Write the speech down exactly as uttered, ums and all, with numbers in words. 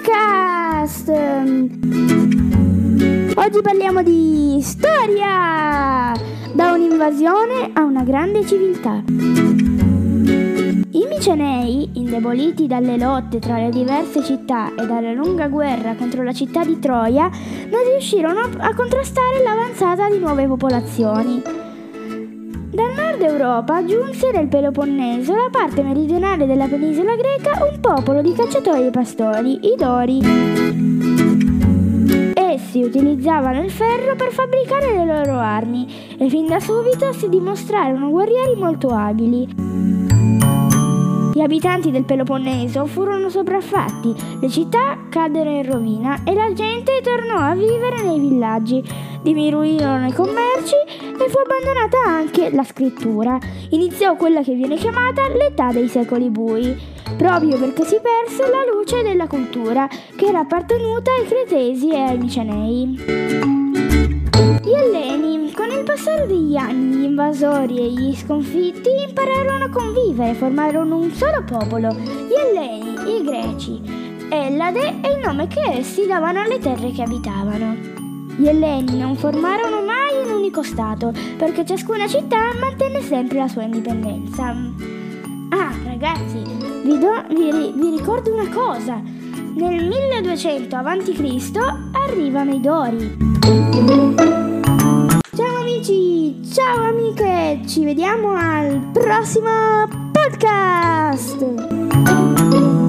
podcast! Oggi parliamo di storia! Da un'invasione a una grande civiltà. I Micenei, indeboliti dalle lotte tra le diverse città e dalla lunga guerra contro la città di Troia, non riuscirono a contrastare l'avanzata di nuove popolazioni. Dal nord Europa giunse nel Peloponneso, la parte meridionale della penisola greca, un popolo di cacciatori e pastori, i Dori. Essi utilizzavano il ferro per fabbricare le loro armi e fin da subito si dimostrarono guerrieri molto abili. Gli abitanti del Peloponneso furono sopraffatti, le città caddero in rovina e la gente tornò a vivere nei villaggi. Diminuirono i commerci e fu abbandonata anche la scrittura. Iniziò quella che viene chiamata l'età dei secoli bui, proprio perché si perse la luce della cultura che era appartenuta ai Cretesi e ai Micenei. Gli Elleni, con il passare degli anni, gli invasori e gli sconfitti impararono a convivere, formarono un solo popolo, gli Elleni, i Greci. Ellade è il nome che essi davano alle terre che abitavano. Gli Elleni non formarono mai un unico stato, perché ciascuna città mantenne sempre la sua indipendenza. Ah, ragazzi, vi, do, vi, vi ricordo una cosa. Nel milleduecento avanti Cristo arrivano i Dori. Ciao amici, ciao amiche, ci vediamo al prossimo podcast!